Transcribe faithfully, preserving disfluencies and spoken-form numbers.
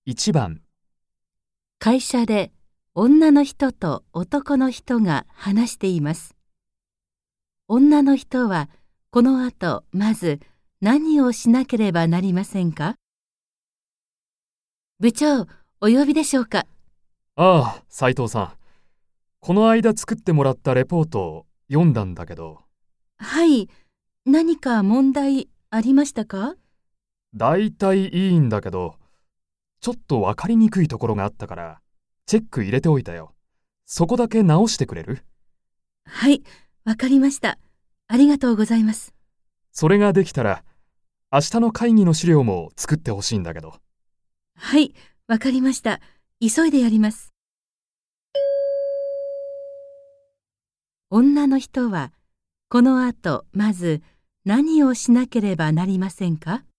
いちばん、 会社で女の人と男の人が話しています。女の人はこの後まず何をしなければなりませんか？部長、お呼びでしょうか？ ああ、斉藤さん。この間作ってもらったレポートを読んだんだけど。 はい、何か問題ありましたか？ だいたいいいんだけど、ちょっとわかりにくいところがあったから、チェック入れておいたよ。そこだけ直してくれる？ はい、わかりました。ありがとうございます。 それができたら、明日の会議の資料も作ってほしいんだけど。 はい、わかりました。急いでやります。女の人はこの後まず何をしなければなりませんか？